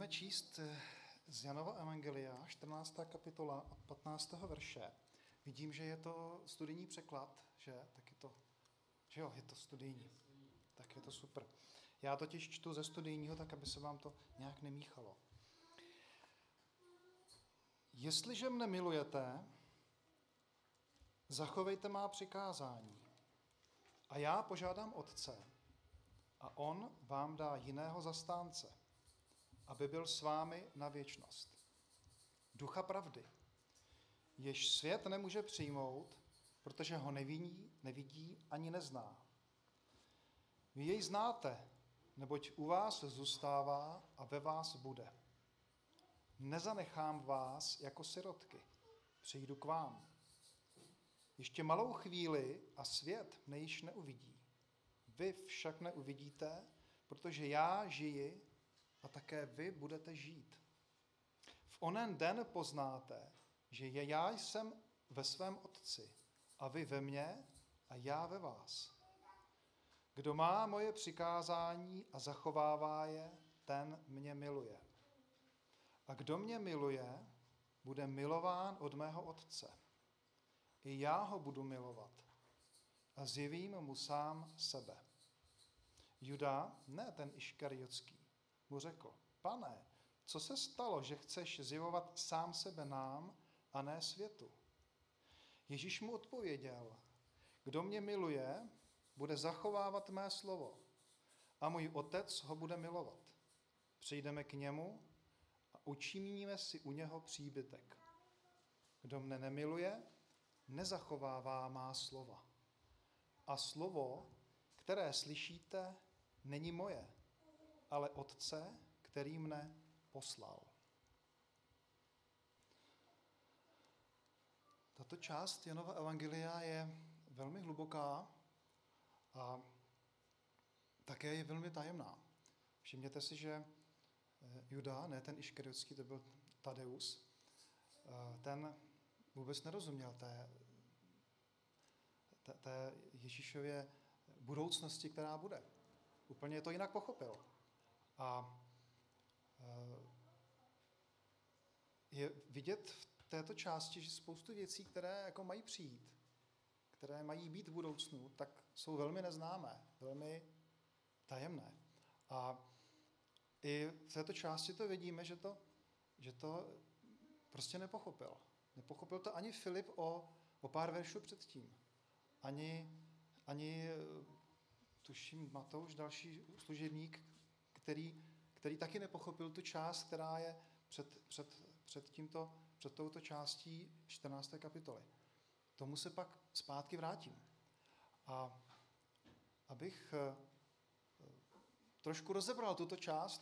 Budeme číst z Janova evangelia, 14. kapitola od 15. verše. Vidím, že je to studijní překlad, že? Tak je to, že jo, je to studijní. Tak je to super. Já totiž čtu ze studijního, tak aby se vám to nějak nemíchalo. Jestliže mne milujete, zachovejte má přikázání. A já požádám Otce, a on vám dá jiného zastánce, aby byl s vámi na věčnost. Ducha pravdy, jež svět nemůže přijmout, protože ho nevidí ani nezná. Vy jej znáte, neboť u vás zůstává a ve vás bude. Nezanechám vás jako sirotky, přijdu k vám. Ještě malou chvíli a svět mne již neuvidí. Vy však neuvidíte, protože já žiji a také vy budete žít. V onen den poznáte, že já jsem ve svém Otci a vy ve mně a já ve vás. Kdo má moje přikázání a zachovává je, ten mě miluje. A kdo mě miluje, bude milován od mého Otce. I já ho budu milovat a zjevím mu sám sebe. Juda, ne ten Iškariotský, mu řekl: Pane, co se stalo, že chceš zjevovat sám sebe nám a ne světu? Ježíš mu odpověděl: Kdo mě miluje, bude zachovávat mé slovo a můj Otec ho bude milovat. Přijdeme k němu a učiníme si u něho příbytek. Kdo mne nemiluje, nezachovává má slova. A slovo, které slyšíte, není moje, ale Otce, který mne poslal. Tato část Janova evangelia je velmi hluboká a také je velmi tajemná. Všimněte si, že Juda, ne ten Iškariotský, to byl Tadeus, ten vůbec nerozuměl té Ježíšově budoucnosti, která bude. Úplně to jinak pochopil. A je vidět v této části, že spoustu věcí, které jako mají přijít, které mají být v budoucnu, tak jsou velmi neznámé, velmi tajemné. A i v této části to vidíme, že to prostě nepochopil. Nepochopil to ani Filip o pár veršů předtím. Ani tuším Matouš, další služebník, který taky nepochopil tu část, která je před touto částí 14. kapitoly. Tomu se pak zpátky vrátím. A abych trošku rozebral tuto část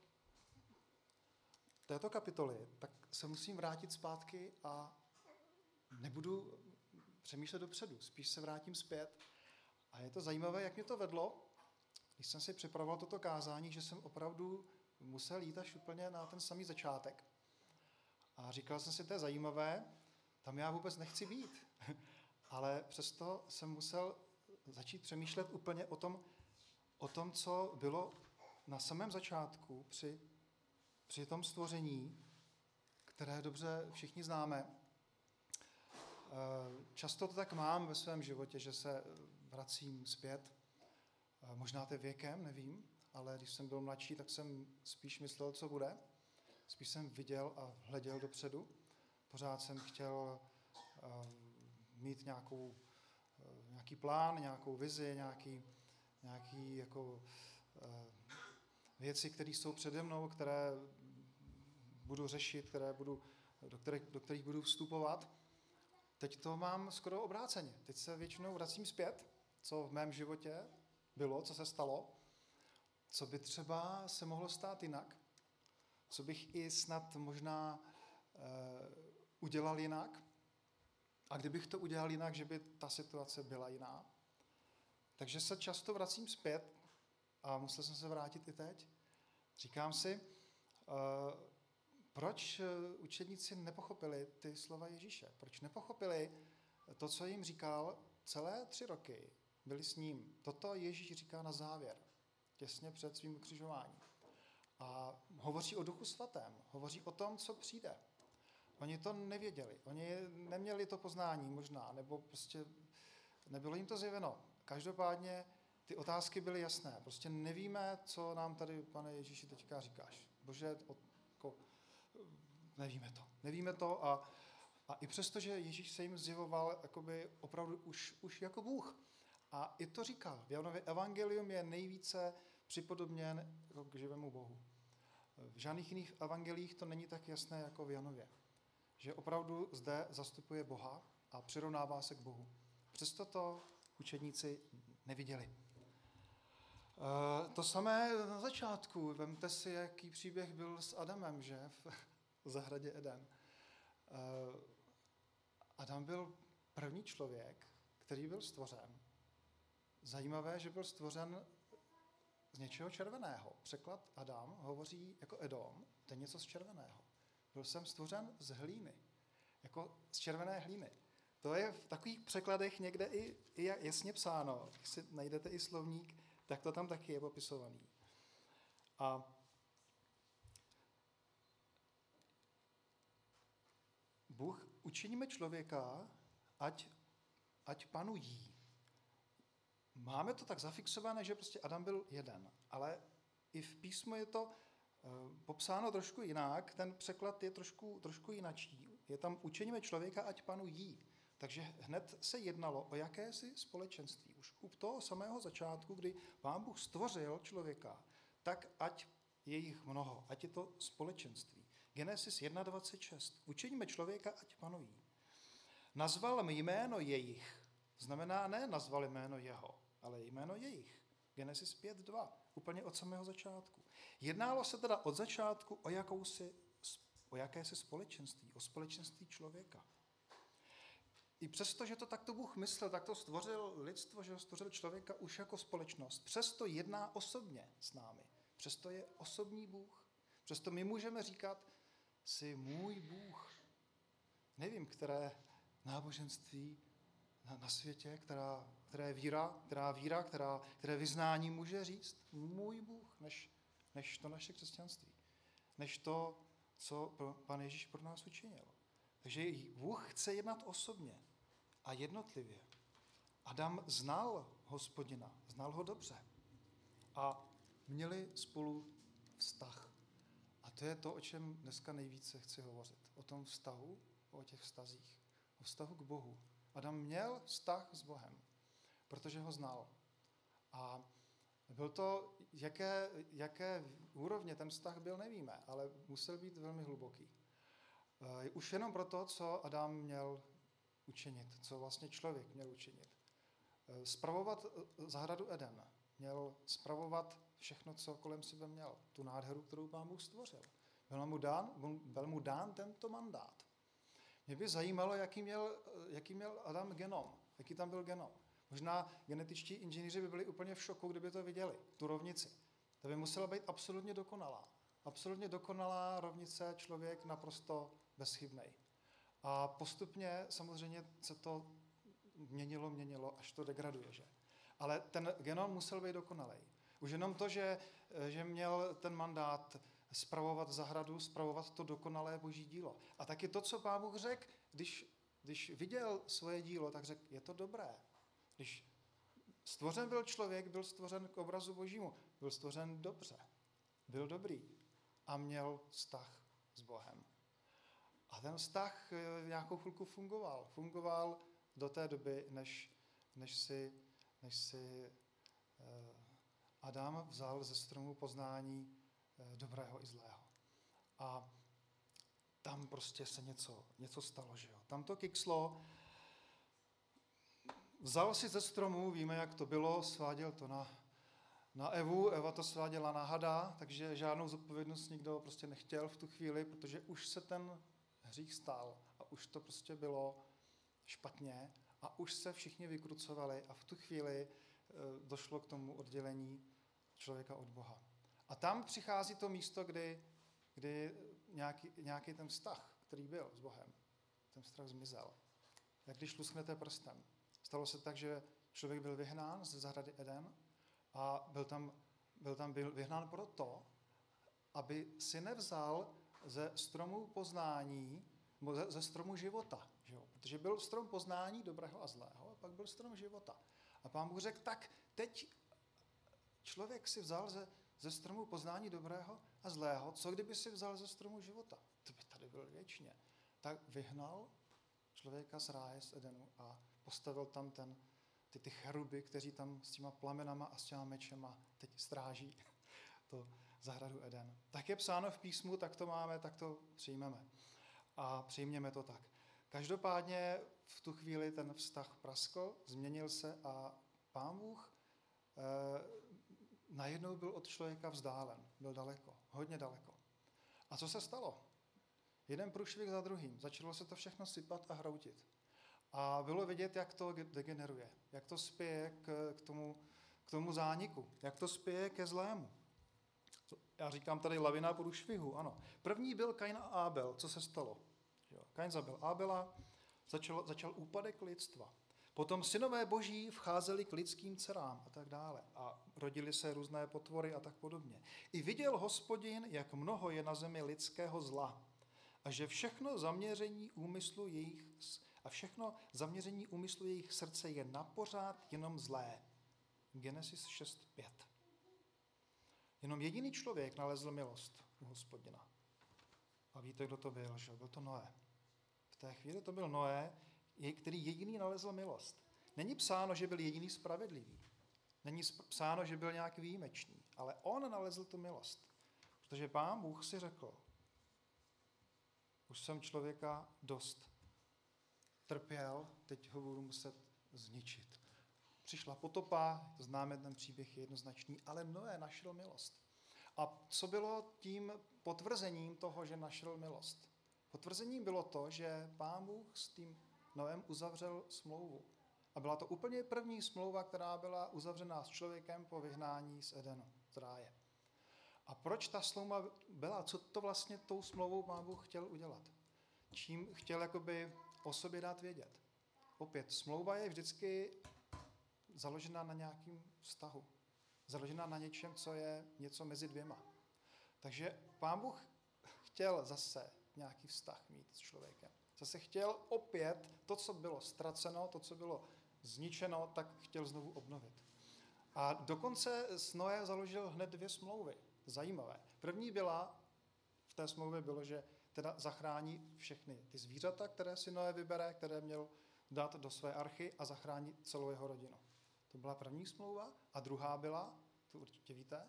této kapitoly, tak se musím vrátit zpátky a nebudu přemýšlet dopředu, spíš se vrátím zpět. A je to zajímavé, jak mě to vedlo, když jsem si připravoval toto kázání, že jsem opravdu musel jít až úplně na ten samý začátek. A říkal jsem si, to je zajímavé, tam já vůbec nechci být. Ale přesto jsem musel začít přemýšlet úplně o tom, co bylo na samém začátku při tom stvoření, které dobře všichni známe. Často to tak mám ve svém životě, že se vracím zpět. Možná to je věkem, nevím, ale když jsem byl mladší, tak jsem spíš myslel, co bude. Spíš jsem viděl a hleděl dopředu. Pořád jsem chtěl mít nějaký plán, nějakou vizi, nějaký jako věci, které jsou přede mnou, které budu řešit, do kterých budu vstupovat. Teď to mám skoro obráceně. Teď se většinou vracím zpět, co v mém životě bylo, co se stalo, co by třeba se mohlo stát jinak, co bych i snad možná udělal jinak. A kdybych to udělal jinak, že by ta situace byla jiná. Takže se často vracím zpět a musel jsem se vrátit i teď. Říkám si, proč učedníci nepochopili ty slova Ježíše? Proč nepochopili to, co jim říkal celé 3 roky? Byli s ním. Toto Ježíš říká na závěr, těsně před svým ukřižováním. A hovoří o Duchu svatém, hovoří o tom, co přijde. Oni to nevěděli, oni neměli to poznání možná, nebo prostě nebylo jim to zjeveno. Každopádně ty otázky byly jasné. Prostě nevíme, co nám tady, Pane Ježíši, teďka říkáš. Bože, jako, nevíme to a i přesto, že Ježíš se jim zjevoval jakoby opravdu už jako Bůh. A i to říkal. V Janově evangelium je nejvíce připodobněn jako k živému Bohu. V žádných jiných evangelích to není tak jasné jako v Janově. Že opravdu zde zastupuje Boha a přirovnává se k Bohu. Přesto to učedníci neviděli. To samé na začátku. Vemte si, jaký příběh byl s Adamem, že? V zahradě Eden. Adam byl první člověk, který byl stvořen. Zajímavé, že byl stvořen z něčeho červeného. Překlad Adam hovoří jako Edom, to je něco z červeného. Byl jsem stvořen z hlíny, jako z červené hlíny. To je v takových překladech někde i jasně psáno. Když si najdete i slovník, tak to tam taky je popisovaný. A Bůh učiníme člověka, ať panují. Máme to tak zafixované, že prostě Adam byl jeden, ale i v písmu je to popsáno trošku jinak, ten překlad je trošku jinačí. Je tam učiníme člověka, ať panují. Takže hned se jednalo o jakési společenství. Už u toho samého začátku, kdy Pán Bůh stvořil člověka, tak ať je jich mnoho, ať je to společenství. Genesis 1.26. Učiníme člověka, ať panují. Nazval jméno jejich. Znamená ne nazval jméno jeho, ale jméno jejich. Genesis 5.2. Úplně od samého začátku. Jednalo se teda od začátku o jakési společenství, o společenství člověka. I přesto, že to takto Bůh myslel, tak to stvořil lidstvo, že ho stvořil člověka už jako společnost. Přesto jedná osobně s námi. Přesto je osobní Bůh. Přesto my můžeme říkat, jsi můj Bůh. Nevím, které náboženství na světě, které vyznání může říct můj Bůh, než to naše křesťanství. Než to, co Pan Ježíš pro nás učinil. Takže Bůh chce jednat osobně a jednotlivě. Adam znal Hospodina, znal ho dobře a měli spolu vztah. A to je to, o čem dneska nejvíce chci hovořit. O tom vztahu, o těch vztazích. O vztahu k Bohu. Adam měl vztah s Bohem, protože ho znal. A byl to, jaké úrovně ten vztah byl, nevíme, ale musel být velmi hluboký. Už jenom proto, co Adam měl učinit, co vlastně člověk měl učinit. Spravovat zahradu Eden. Měl spravovat všechno, co kolem sebe měl. Tu nádheru, kterou Pán Bůh stvořil. Byl mu dán tento mandát. Mě by zajímalo, jaký měl Adam genom. Jaký tam byl genom. Možná genetičtí inženýři by byli úplně v šoku, kdyby to viděli, tu rovnici. To by musela být absolutně dokonalá. Absolutně dokonalá rovnice, člověk naprosto bezchybnej. A postupně samozřejmě se to měnilo, až to degraduje. Že? Ale ten genom musel být dokonalej. Už jenom to, že měl ten mandát spravovat zahradu, spravovat to dokonalé boží dílo. A taky to, co Pán Bůh řekl, když viděl svoje dílo, tak řekl, je to dobré. Když stvořen byl člověk, byl stvořen k obrazu božímu, byl stvořen dobře, byl dobrý a měl vztah s Bohem. A ten vztah nějakou chvilku fungoval. Fungoval do té doby, než si Adam vzal ze stromu poznání dobrého i zlého. A tam prostě se něco stalo, že jo. Tam to kikslo, vzal si ze stromu, víme, jak to bylo, sváděl to na Evu, Eva to sváděla na hada, takže žádnou zodpovědnost nikdo prostě nechtěl v tu chvíli, protože už se ten hřích stal a už to prostě bylo špatně a už se všichni vykrucovali a v tu chvíli došlo k tomu oddělení člověka od Boha. A tam přichází to místo, kdy nějaký ten vztah, který byl s Bohem, ten vztah zmizel. Jak když lusknete prstem. Stalo se tak, že člověk byl vyhnán ze zahrady Eden a byl vyhnán proto, aby si nevzal ze stromu poznání, nebo ze stromu života. Že jo? Protože byl strom poznání dobrého a zlého, a pak byl strom života. A Pán Bůh řekl, tak teď člověk si vzal ze stromu poznání dobrého a zlého, co kdyby si vzal ze stromu života? To by tady byl věčně. Tak vyhnal člověka z ráje, z Edenu a postavil tam ty cheruby, kteří tam s těma plamenama a s těma mečema teď stráží to zahradu Eden. Tak je psáno v písmu, tak to máme, tak to přijmeme. A přijměme to tak. Každopádně v tu chvíli ten vztah praskl, změnil se a Pán Bůh najednou byl od člověka vzdálen. Byl daleko, hodně daleko. A co se stalo? Jeden průšvih za druhým. Začalo se to všechno sypat a hroutit. A bylo vidět, jak to degeneruje, jak to spěje k tomu zániku, jak to spěje ke zlému. Já říkám tady lavina průšvihu, ano. První byl Kain a Ábel. Co se stalo? Kain zabil Ábela, začal úpadek lidstva. Potom synové boží vcházeli k lidským dcerám a tak dále. A rodily se různé potvory a tak podobně. I viděl Hospodin, jak mnoho je na zemi lidského zla. A že všechno zaměření úmyslu jejich srdce je napořád jenom zlé. Genesis 6:5. Jenom jediný člověk nalezl milost u Hospodina. A víte, kdo to byl? Že? Byl to Noé. V té chvíli to byl Noé, který jediný nalezl milost. Není psáno, že byl jediný spravedlivý. Není psáno, že byl nějak výjimečný. Ale on nalezl tu milost. Protože Pán Bůh si řekl, už jsem člověka dost trpěl, teď ho budu muset zničit. Přišla potopa, známe ten příběh, je jednoznačný, ale Noé našel milost. A co bylo tím potvrzením toho, že našel milost? Potvrzením bylo to, že Pán Bůh s tím Noem uzavřel smlouvu. A byla to úplně první smlouva, která byla uzavřená s člověkem po vyhnání z Edenu, z ráje. A proč ta smlouva byla? Co to vlastně tou smlouvou Pán Bůh chtěl udělat? Čím chtěl jakoby o sobě dát vědět? Opět, smlouva je vždycky založená na nějakém vztahu. Založená na něčem, co je něco mezi dvěma. Takže Pán Bůh chtěl zase nějaký vztah mít s člověkem. Zase chtěl opět to, co bylo ztraceno, to, co bylo zničeno, tak chtěl znovu obnovit. A dokonce s Noé založil hned 2 smlouvy. Zajímavé. První v té smlouvě bylo, že teda zachrání všechny ty zvířata, které si Noé vybere, které měl dát do své archy a zachrání celou jeho rodinu. To byla první smlouva. A druhá byla, to určitě víte,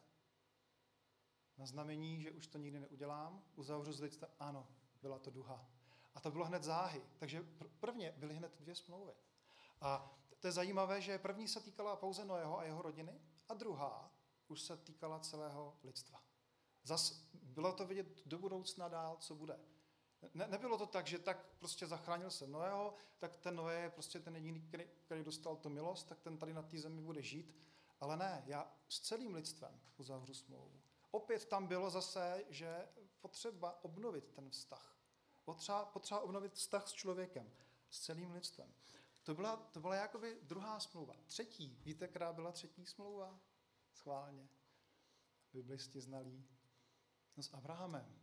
na znamení, že už to nikdy neudělám, uzavřu s lidstvem. Ano, byla to duha. A to bylo hned záhy. Takže prvně byly hned 2 smlouvy. A to je zajímavé, že první se týkala pouze Noého a jeho rodiny a druhá už se týkala celého lidstva. Zas bylo to vidět do budoucna dál, co bude. Nebylo to tak, že tak prostě zachránil se Noého, tak ten Noé je prostě ten jediný, který dostal tu milost, tak ten tady na té zemi bude žít. Ale ne, já s celým lidstvem uzavřu smlouvu. Opět tam bylo zase, že potřeba obnovit ten vztah. Potřeba obnovit vztah s člověkem, s celým lidstvem. To byla jakoby druhá smlouva. Třetí, víte, která byla třetí smlouva? Schválně. Biblisti znalí. No, s Abrahamem.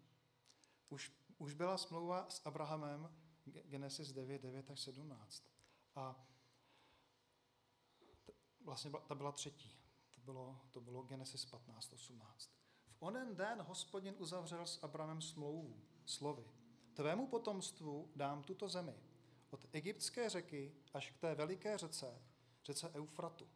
Už byla smlouva s Abrahamem, Genesis 9:9-17. A vlastně ta byla třetí. To bylo Genesis 15:18. V onen den Hospodin uzavřel s Abrahamem smlouvu, slovy. Tvému potomstvu dám tuto zemi, od egyptské řeky až k té veliké řece Eufratu.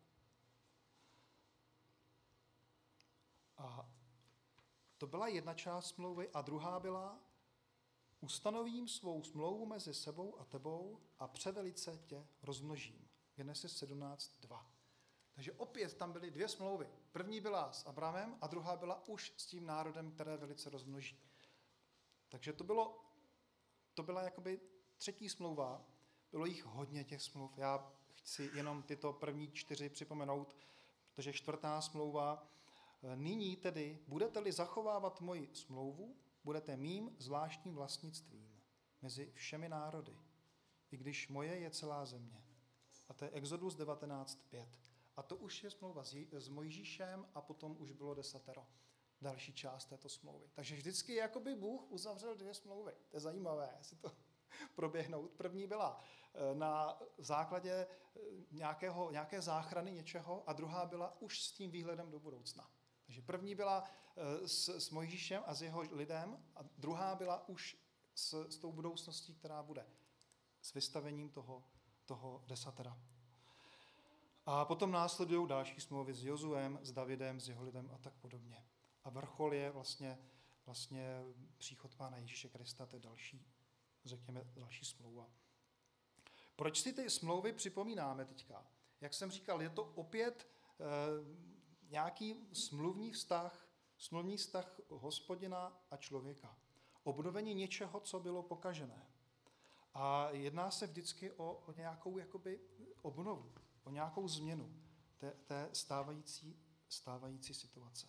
A to byla jedna část smlouvy a druhá byla ustanovím svou smlouvu mezi sebou a tebou a převelice tě rozmnožím. Genesis 17:2. Takže opět tam byly 2 smlouvy. První byla s Abrahamem a druhá byla už s tím národem, které velice rozmnoží. Takže to byla jakoby třetí smlouva. Bylo jich hodně těch smluv. Já chci jenom tyto první 4 připomenout, protože 4. smlouva. Nyní tedy, budete-li zachovávat moji smlouvu, budete mým zvláštním vlastnictvím mezi všemi národy, i když moje je celá země. A to je Exodus 19:5. A to už je smlouva s Mojžíšem a potom už bylo 10. další část této smlouvy. Takže vždycky jakoby Bůh uzavřel 2 smlouvy. To je zajímavé, si to proběhnout. První byla na základě nějaké záchrany něčeho a druhá byla už s tím výhledem do budoucna. Takže první byla s Mojžíšem a s jeho lidem a druhá byla už s tou budoucností, která bude. S vystavením toho desatera. A potom následují další smlouvy s Jozuem, s Davidem, s jeho lidem a tak podobně. A vrchol je vlastně příchod Pána Ježíše Krista, to je další smlouva. Proč si ty smlouvy připomínáme teďka? Jak jsem říkal, je to opět nějaký smluvní vztah Hospodina a člověka. Obnovení něčeho, co bylo pokažené. A jedná se vždycky o nějakou jakoby obnovu, o nějakou změnu té stávající situace.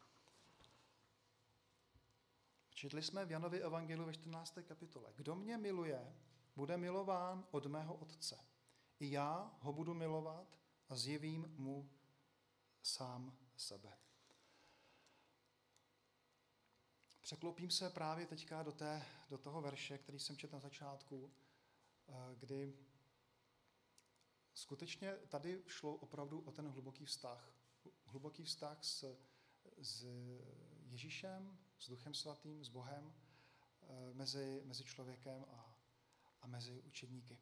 Četli jsme v Janově evangeliu ve 14. kapitole. Kdo mě miluje, bude milován od mého Otce. I já ho budu milovat a zjevím mu sám sebe. Překlopím se právě teďka do toho verše, který jsem četl na začátku, kdy skutečně tady šlo opravdu o ten hluboký vztah. Hluboký vztah s Ježíšem, s Duchem Svatým, s Bohem, mezi člověkem a mezi učedníky.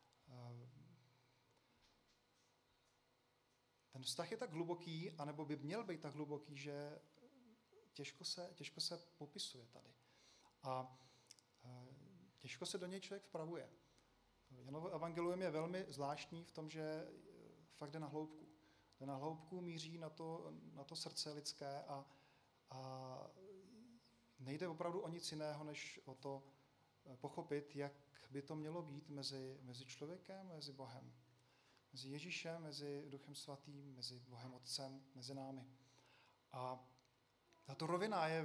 Ten vztah je tak hluboký, anebo by měl být tak hluboký, že těžko se popisuje tady. A těžko se do něj člověk vpravuje. Janovo evangelium je velmi zvláštní v tom, že fakt jde na hloubku. Jde na hloubku, míří na to srdce lidské a nejde opravdu o nic jiného, než o to pochopit, jak by to mělo být mezi člověkem, mezi Bohem. Mezi Ježíšem, mezi Duchem Svatým, mezi Bohem Otcem, mezi námi. A tato rovina je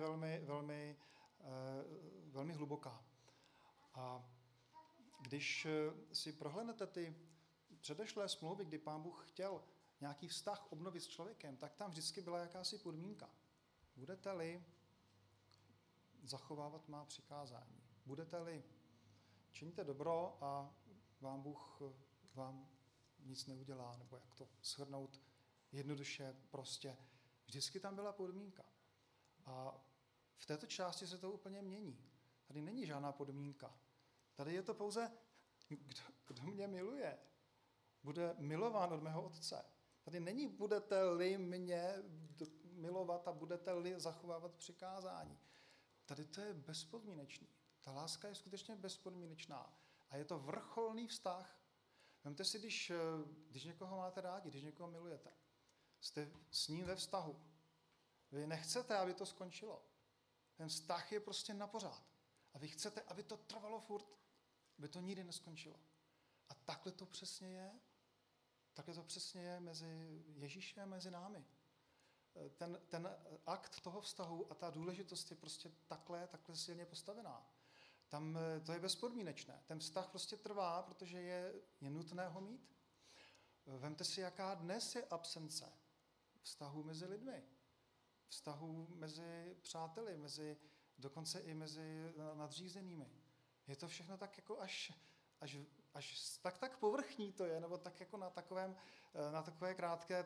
velmi hluboká. A když si prohlédnete ty předešlé smlouvy, kdy Pán Bůh chtěl nějaký vztah obnovit s člověkem, tak tam vždycky byla jakási podmínka. Budete-li zachovávat má přikázání. Budete-li činíte dobro a vám Bůh vám nic neudělá, nebo jak to shrnout jednoduše, prostě. Vždycky tam byla podmínka. A v této části se to úplně mění. Tady není žádná podmínka. Tady je to pouze, kdo mě miluje, bude milován od mého Otce. Tady není budete-li mě milovat a budete-li zachovávat přikázání. Tady to je bezpodmínečný. Ta láska je skutečně bezpodmínečná. A je to vrcholný vztah. Vemte si, když někoho máte rádi, když někoho milujete, jste s ním ve vztahu. Vy nechcete, aby to skončilo. Ten vztah je prostě na pořád. A vy chcete, aby to trvalo furt, aby to nikdy neskončilo. A takhle to přesně je. Takhle to přesně je mezi Ježíšem a mezi námi. Ten akt toho vztahu a ta důležitost je prostě takhle silně postavená. Tam to je bezpodmínečné. Ten vztah prostě trvá, protože je nutné ho mít. Vemte si, jaká dnes je absence vztahů mezi lidmi. Vztahů mezi přáteli, dokonce i mezi nadřízenými. Je to všechno tak jako až tak povrchní to je, nebo tak jako na takové krátké,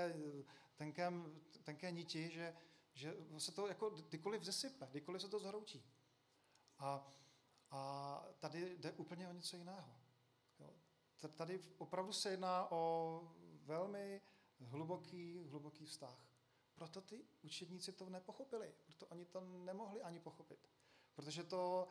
tenké niti, že se to jako kdykoliv zesype, kdykoliv se to zhroutí. A tady jde úplně o něco jiného. Jo. Tady opravdu se jedná o velmi hluboký vztah. Proto ty učedníci to nepochopili, proto oni to nemohli ani pochopit. Protože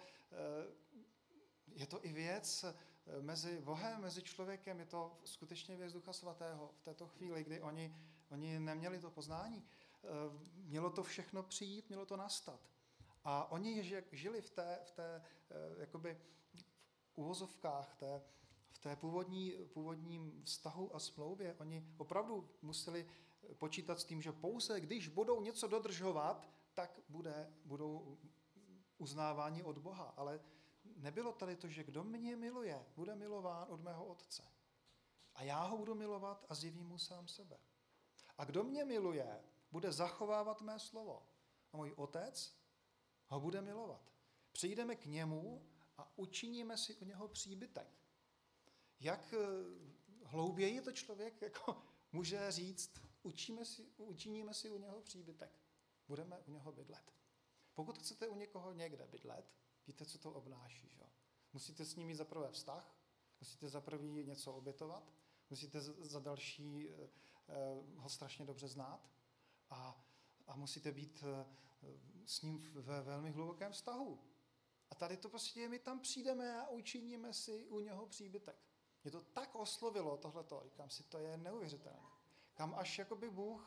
je to i věc mezi Bohem, mezi člověkem, je to skutečně věc Ducha Svatého v této chvíli, kdy oni neměli to poznání. Mělo to všechno přijít, mělo to nastat. A oni žili v té jakoby uvozovkách, v té původním vztahu a smlouvě. Oni opravdu museli počítat s tím, že pouze když budou něco dodržovat, tak budou uznáváni od Boha. Ale nebylo tady to, že kdo mě miluje, bude milován od mého Otce. A já ho budu milovat a zjevím mu sám sebe. A kdo mě miluje, bude zachovávat mé slovo. a můj otec ho bude milovat. Přijdeme k němu a učiníme si u něho příbytek. Jak hlouběji to člověk jako může říct, učiníme si u něho příbytek. Budeme u něho bydlet. Pokud chcete u někoho někde bydlet, víte, co to obnáší. Že? Musíte s ním mít za prvé vztah, musíte za prvý něco obětovat, musíte za další ho strašně dobře znát a musíte být s ním ve velmi hlubokém vztahu. A tady to prostě my tam přijdeme a učiníme si u něho příbytek. Mě to tak oslovilo tohleto, říkám si, to je neuvěřitelné. Kam až jakoby Bůh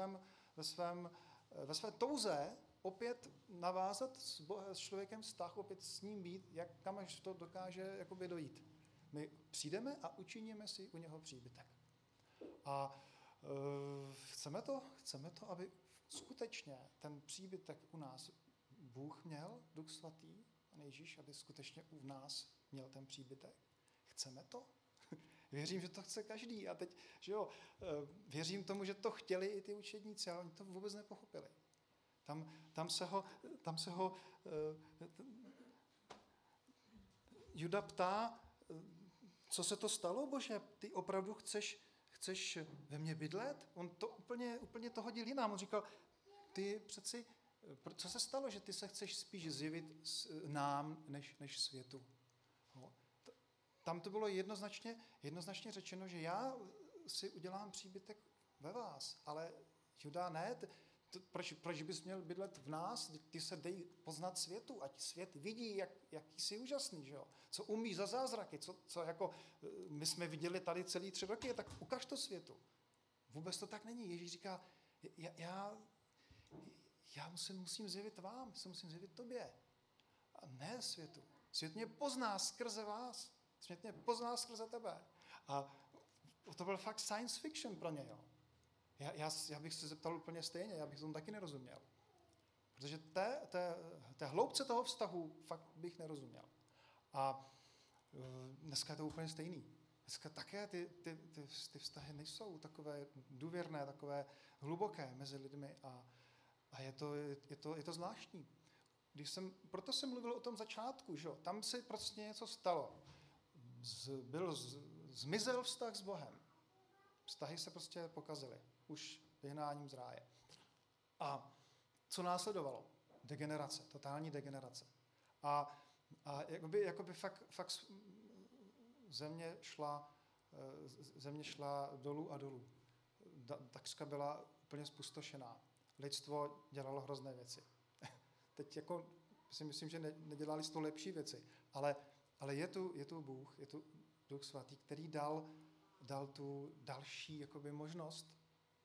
ve své touze opět navázat s člověkem vztah, opět s ním být, kam až to dokáže jakoby dojít. My přijdeme a učiníme si u něho příbytek. A chceme to, aby skutečně ten příbytek u nás Bůh měl, Duch Svatý, a Ježíš, aby skutečně u nás měl ten příbytek. Chceme to? Věřím, že to chce každý. A teď, že jo, věřím tomu, že to chtěli i ty učedníci, ale oni to vůbec nepochopili. Tam se ho Juda ptá, co se to stalo, Bože, ty opravdu chceš ve mně bydlet? On to úplně to hodil jinam. On říkal, ty přeci, co se stalo, že ty se chceš spíš zjevit nám, než světu? No. Tam to bylo jednoznačně řečeno, že já si udělám příbytek ve vás, ale Juda ne, proč bys měl bydlet v nás? Ty se dej poznat světu, ať svět vidí, jaký jsi úžasný, že jo? Co umíš za zázraky, co jako my jsme viděli tady celý 3 roky, tak ukaž to světu. Vůbec to tak není. Ježíš říká, já musím zjevit vám, musím zjevit tobě. A ne světu. Svět mě pozná skrze vás. Svět mě pozná skrze tebe. A to byl fakt science fiction pro ně, jo. Já bych se zeptal úplně stejně, já bych tomu taky nerozuměl. Protože té hloubce toho vztahu fakt bych nerozuměl. A dneska je to úplně stejný. Dneska také ty vztahy nejsou takové důvěrné, takové hluboké mezi lidmi a je to zvláštní. Proto jsem mluvil o tom začátku, že? Tam se prostě něco stalo. Zmizel vztah s Bohem. Vztahy se prostě pokazily. Už vyhnáním z ráje. A co následovalo? Degenerace, totální degenerace. A jakoby fakt země šla dolů a dolů. Takřka byla úplně zpustošená. Lidstvo dělalo hrozné věci. Teď jako si myslím, že nedělali z toho lepší věci, ale je tu Bůh, je tu Duch Svatý, který dal tu další jakoby možnost,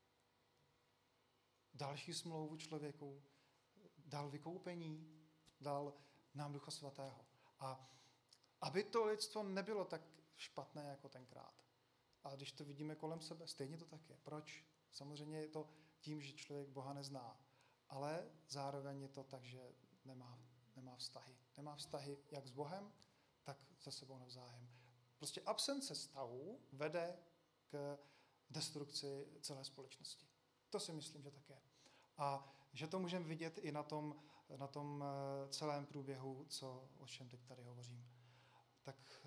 další smlouvu člověku, dal vykoupení, dal nám Ducha Svatého. A aby to lidstvo nebylo tak špatné jako tenkrát. A když to vidíme kolem sebe, stejně to tak je. Proč? Samozřejmě je to tím, že člověk Boha nezná. Ale zároveň je to tak, že nemá vztahy. Nemá vztahy jak s Bohem, tak se sebou navzájem. Prostě absence vztahu vede k destrukci celé společnosti. To si myslím, že tak je. A že to můžeme vidět i na tom celém průběhu, o čem teď tady hovořím. Tak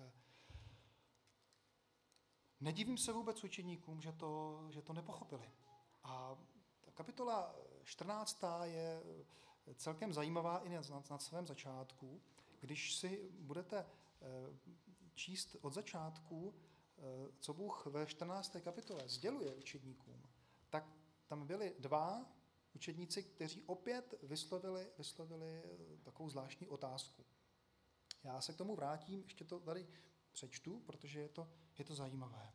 nedivím se vůbec učeníkům, že to nepochopili. A ta kapitola 14. je celkem zajímavá i na svém začátku. Když si budete číst od začátku, co Bůh ve 14. kapitole sděluje učedníkům, tak tam byli 2 učedníci, kteří opět vyslovili takovou zvláštní otázku. Já se k tomu vrátím, ještě to tady přečtu, protože je to zajímavé.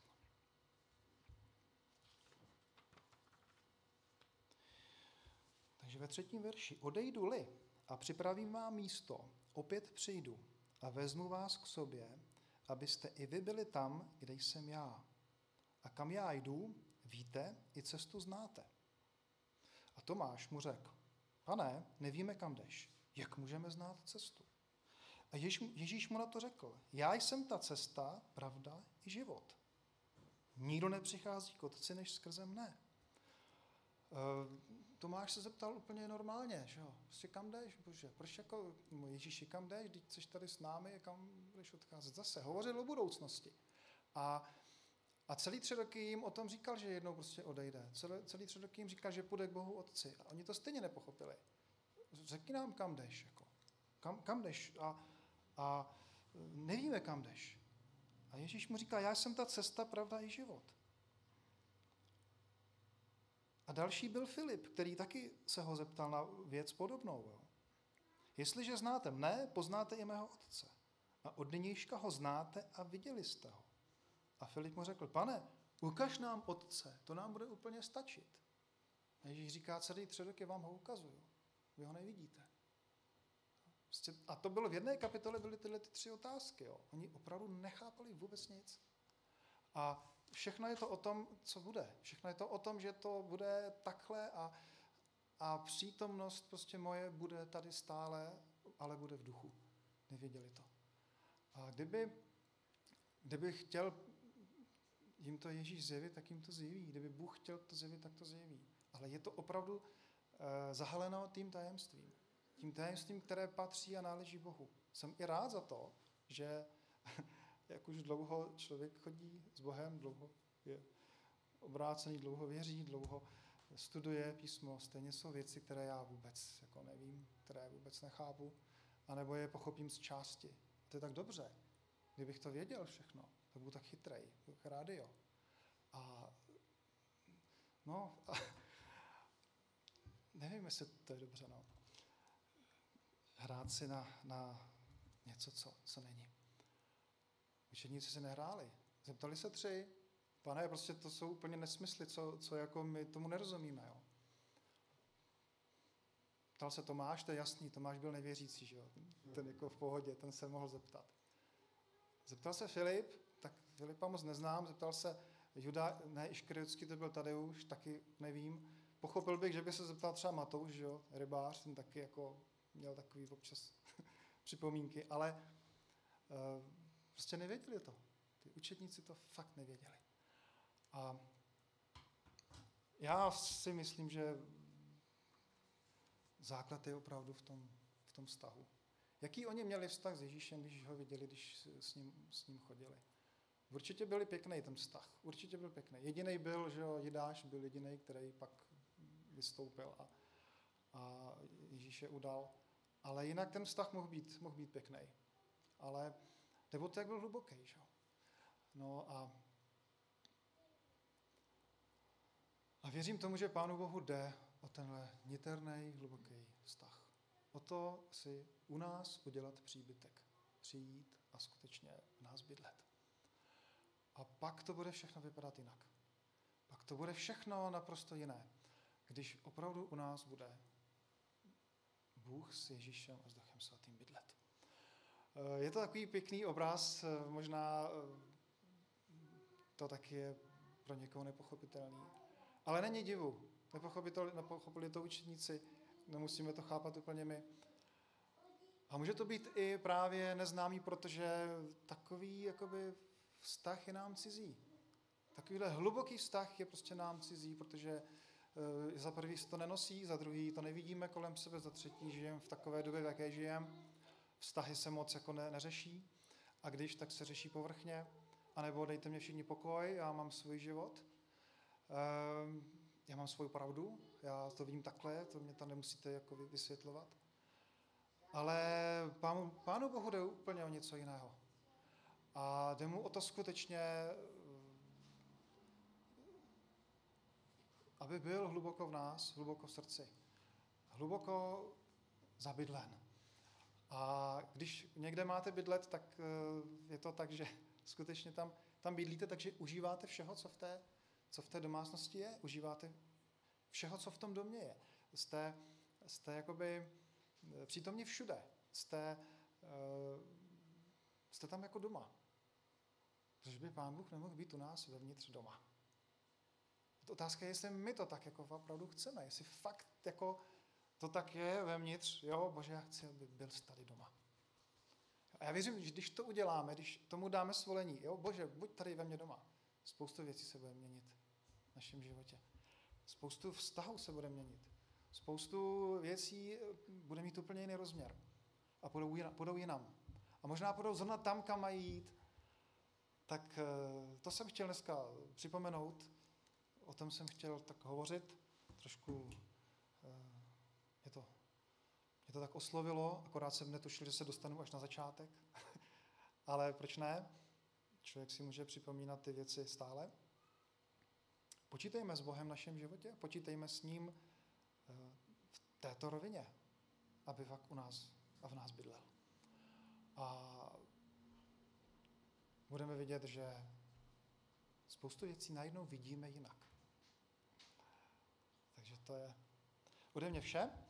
Takže ve 3. verši. Odejdu-li a připravím vám místo, opět přijdu a vezmu vás k sobě, abyste i vy byli tam, kde jsem já. A kam já jdu, víte, i cestu znáte. A Tomáš mu řekl, Pane, nevíme, kam jdeš. Jak můžeme znát cestu? A Ježíš mu na to řekl, já jsem ta cesta, pravda i život. Nikdo nepřichází k Otci než skrze mne. Tomáš se zeptal úplně normálně, že jo, prostě kam jdeš, bože, proč jako, Ježíši, kam jdeš, když jsi tady s námi, kam budeš odcházet zase. Hovořil o budoucnosti. A celý 3 roky jim o tom říkal, že jednou prostě odejde. Celý 3 roky jim říkal, že půjde k Bohu Otci. A oni to stejně nepochopili. Řekni nám, kam jdeš. Jako. Kam jdeš? A nevíme, kam jdeš. A Ježíš mu říká, já jsem ta cesta, pravda i život. A další byl Filip, který taky se ho zeptal na věc podobnou. Jo. Jestliže znáte mne, poznáte i mého Otce. A od nynějška ho znáte a viděli jste ho. A Filip mu řekl, Pane, ukaž nám Otce, to nám bude úplně stačit. A Ježíš říká, celý 3 roky vám ho ukazuju. Vy ho nevidíte. A to bylo v jedné kapitole, byly tyhle 3 otázky. Jo. Oni opravdu nechápali vůbec nic. A všechno je to o tom, co bude. Všechno je to o tom, že to bude takhle a přítomnost prostě moje bude tady stále, ale bude v duchu. Nevěděli to. A kdyby chtěl jim to Ježíš zjevit, tak jim to zjeví. Kdyby Bůh chtěl to zjevit, tak to zjeví. Ale je to opravdu zahaleno tím tajemstvím. Tím tajemstvím, které patří a náleží Bohu. Jsem i rád za to, že jak už dlouho člověk chodí s Bohem, dlouho je obrácený, dlouho věří, dlouho studuje písmo, stejně jsou věci, které já vůbec jako nevím, které vůbec nechápu, anebo je pochopím z části. To je tak dobře. Kdybych to věděl všechno, tak budu tak chytrej, jak rádio. Nevím, jestli to je dobře, no. Hrát si na něco, co není. Učedníci si nehráli. Zeptali se 3. Pane, prostě to jsou úplně nesmysly, co jako my tomu nerozumíme. Jo. Ptal se Tomáš, to je jasný, Tomáš byl nevěřící, že jo? Ten jako v pohodě, ten se mohl zeptat. Zeptal se Filip, tak Filipa moc neznám, zeptal se Juda, ne, Iškariotský, to byl Tadeuš, taky nevím. Pochopil bych, že by se zeptal třeba Matouš, že jo, rybář, ten taky jako měl takový občas připomínky, ale prostě nevěděli to. Ty učedníci to fakt nevěděli. A já si myslím, že základ je opravdu v tom vztahu. Jaký oni měli vztah s Ježíšem, když ho viděli, když s ním chodili? Určitě byl pěkný ten vztah. Určitě byl pěkný. Jedinej byl, že jo, Jidáš byl jedinej, který pak vystoupil a Ježíš je udal. Ale jinak ten vztah mohl být pěkný. Ale nebo to jak byl hluboký, že jo. No a věřím tomu, že Pánu Bohu jde o tenhle niterný, hluboký vztah. O to si u nás udělat příbytek. Přijít a skutečně v nás bydlet. A pak to bude všechno vypadat jinak. Pak to bude všechno naprosto jiné. Když opravdu u nás bude Bůh s Ježíšem a s Duchem Svatým bydlet. Je to takový pěkný obraz, možná to taky je pro někoho nepochopitelný. Ale není divu. Nepochopili to učedníci, nemusíme to chápat úplně my. A může to být i právě neznámý, protože takový jakoby vztah je nám cizí. Takovýhle hluboký vztah je prostě nám cizí, protože za prvý se to nenosí, za druhý to nevidíme kolem sebe, za třetí žijeme v takové době, v jaké žijeme. Vztahy se moc jako neřeší a když, tak se řeší povrchně, anebo dejte mě všichni pokoj, já mám svůj život, já mám svou pravdu, já to vidím takhle, to mě tam nemusíte jako vysvětlovat. Ale Pánu Bohu jde úplně o něco jiného. A jde mu o to skutečně, aby byl hluboko v nás, hluboko v srdci, hluboko zabydlen. A když někde máte bydlet, tak je to tak, že skutečně tam bydlíte, takže užíváte všeho, co v té domácnosti je. Užíváte všeho, co v tom domě je. Jste jakoby přítomně všude. Jste tam jako doma. Protože by Pán Bůh nemohl být u nás vevnitř doma. Otázka je, jestli my to tak jako opravdu chceme. Jestli fakt jako to tak je vevnitř, jo, Bože, já chci, aby byl tady doma. A já věřím, že když to uděláme, když tomu dáme svolení, jo, Bože, buď tady ve mně doma, spoustu věcí se bude měnit v našem životě. Spoustu vztahů se bude měnit. Spoustu věcí bude mít úplně jiný rozměr a půjdou jinam. A možná půjdou zrovna tam, kam mají jít. Tak to jsem chtěl dneska připomenout, o tom jsem chtěl tak hovořit, trošku mě to tak oslovilo, akorát jsem netušil, že se dostanu až na začátek, ale proč ne? Člověk si může připomínat ty věci stále. Počítejme s Bohem v našem životě, počítejme s ním v této rovině, aby fakt u nás a v nás bydlel. A budeme vidět, že spoustu věcí najednou vidíme jinak. Takže to je ode mě vše.